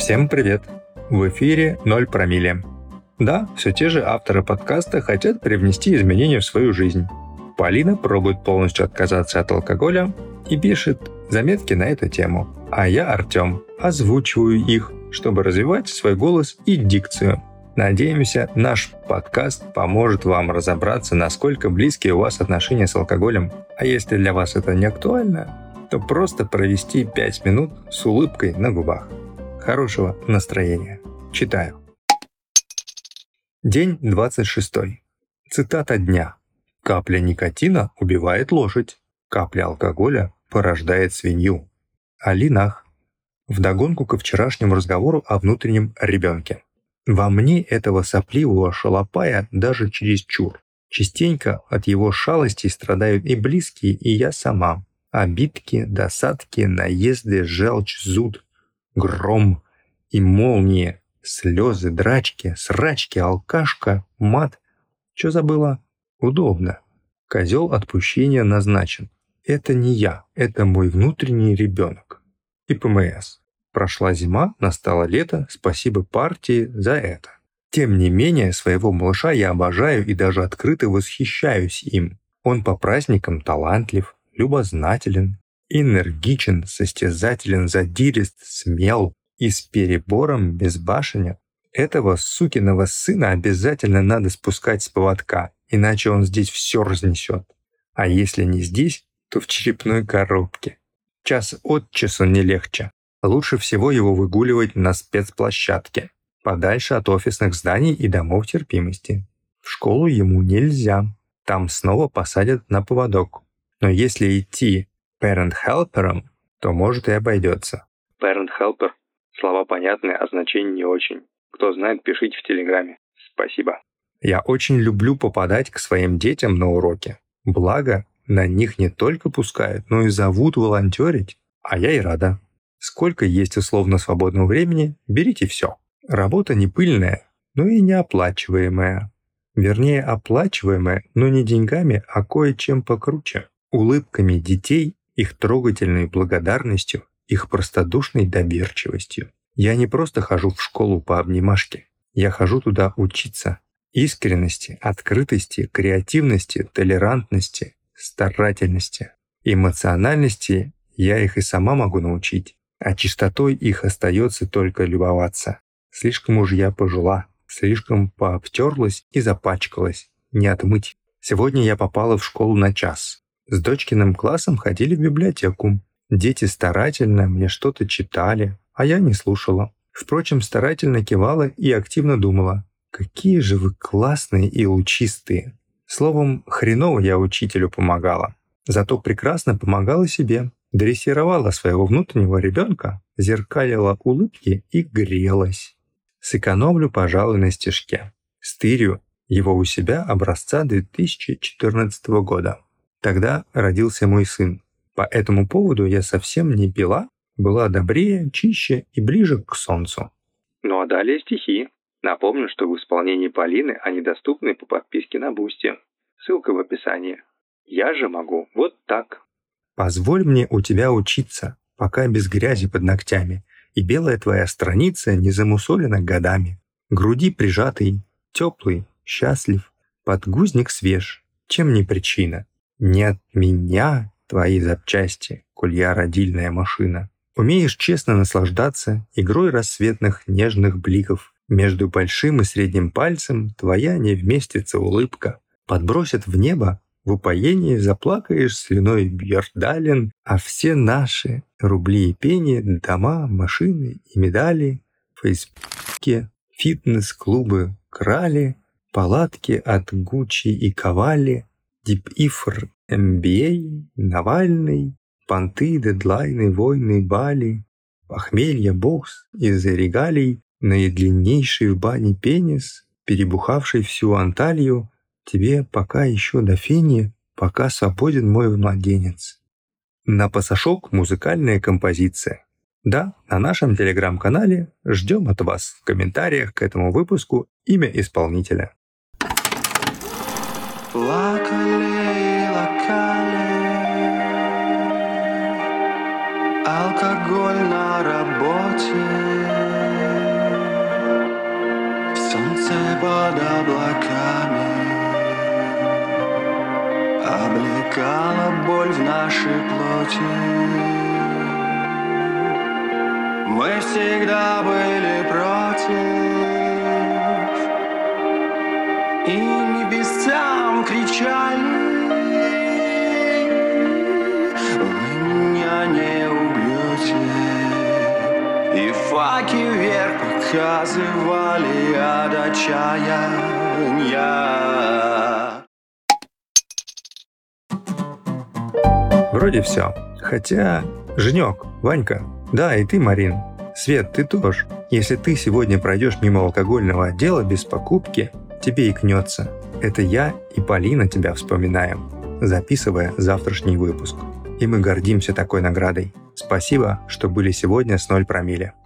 Всем привет! В эфире 0 промилле. Да, все те же авторы подкаста хотят привнести изменения в свою жизнь. Полина пробует полностью отказаться от алкоголя и пишет заметки на эту тему. А я, Артем, озвучиваю их, чтобы развивать свой голос и дикцию. Надеемся, наш подкаст поможет вам разобраться, насколько близкие у вас отношения с алкоголем. А если для вас это не актуально, то просто провести 5 минут с улыбкой на губах. Хорошего настроения. Читаю. День 26. Цитата дня. Капля никотина убивает лошадь. Капля алкоголя порождает свинью. Алинах. Вдогонку ко вчерашнему разговору о внутреннем ребенке. Во мне этого сопливого шалопая даже чересчур. Частенько от его шалостей страдают и близкие, и я сама. Обидки, досадки, наезды, желчь, зуд, гром и молнии, слезы, драчки, срачки, алкашка, мат. Чё забыла? Удобно. Козел отпущения назначен. Это не я, это мой внутренний ребенок. И ПМС. Прошла зима, настало лето, спасибо партии за это. Тем не менее, своего малыша я обожаю и даже открыто восхищаюсь им. Он по праздникам талантлив, любознателен, энергичен, состязателен, задирист, смел и с перебором безбашенен. Этого сукиного сына обязательно надо спускать с поводка, иначе он здесь все разнесет. А если не здесь, то в черепной коробке. Час от часу не легче. Лучше всего его выгуливать на спецплощадке, подальше от офисных зданий и домов терпимости. В школу ему нельзя, там снова посадят на поводок. Но если идти parent-helper'ом, то может и обойдется. Parent-helper. Слова понятные, а значение не очень. Кто знает, пишите в Телеграме. Спасибо. Я очень люблю попадать к своим детям на уроки. Благо, на них не только пускают, но и зовут волонтерить. А я и рада. Сколько есть условно свободного времени, берите все. Работа не пыльная, но и неоплачиваемая. Вернее, оплачиваемая, но не деньгами, а кое-чем покруче. Улыбками детей, их трогательной благодарностью, их простодушной доверчивостью. Я не просто хожу в школу по обнимашке. Я хожу туда учиться. Искренности, открытости, креативности, толерантности, старательности. Эмоциональности я их и сама могу научить. А чистотой их остается только любоваться. Слишком уж я пожила, слишком пообтерлась и запачкалась. Не отмыть. Сегодня я попала в школу на час. С дочкиным классом ходили в библиотеку. Дети старательно мне что-то читали, а я не слушала. Впрочем, старательно кивала и активно думала. Какие же вы классные и лучистые. Словом, хреново я учителю помогала. Зато прекрасно помогала себе. Дрессировала своего внутреннего ребенка, зеркалила улыбки и грелась. Сэкономлю, пожалуй, на стишке. Стырю его у себя образца 2014 года. Тогда родился мой сын. По этому поводу я совсем не пила, была добрее, чище и ближе к солнцу. Ну а далее стихи. Напомню, что в исполнении Полины они доступны по подписке на Бусти. Ссылка в описании. Я же могу вот так. Позволь мне у тебя учиться, пока без грязи под ногтями, и белая твоя страница не замусолена годами. Груди прижатый, теплый, счастлив, подгузник свеж, чем не причина. Не от меня твои запчасти, коль я родильная машина. Умеешь честно наслаждаться игрой рассветных нежных бликов. Между большим и средним пальцем твоя не вместится улыбка. Подбросят в небо, в упоении заплакаешь слюной бьердален, а все наши рубли и пени, дома, машины и медали, фейсбуки, фитнес-клубы крали, палатки от Гуччи и Кавали, Дипифр, MBA, Навальный, понты, дедлайны, войны, Бали, похмелье, бокс из-за регалий, наидлиннейший в бане пенис, перебухавший всю Анталию, тебе пока еще до фени, пока свободен мой младенец. На пасашок музыкальная композиция. Да, на нашем телеграм-канале ждем от вас в комментариях к этому выпуску имя исполнителя. Алкоголь на работе. под облаками облекала боль в нашей плоти. Мы всегда были против, и небесам кричали: вы меня не убьете. И факи вверх показывали от отчаяния. Вроде все. Хотя, Женек, Ванька, да, и ты, Марин, Свет, ты тоже. Если ты сегодня пройдешь мимо алкогольного отдела без покупки, тебе икнется. Это я и Полина тебя вспоминаем, записывая завтрашний выпуск. И мы гордимся такой наградой. Спасибо, что были сегодня с 0 промилле.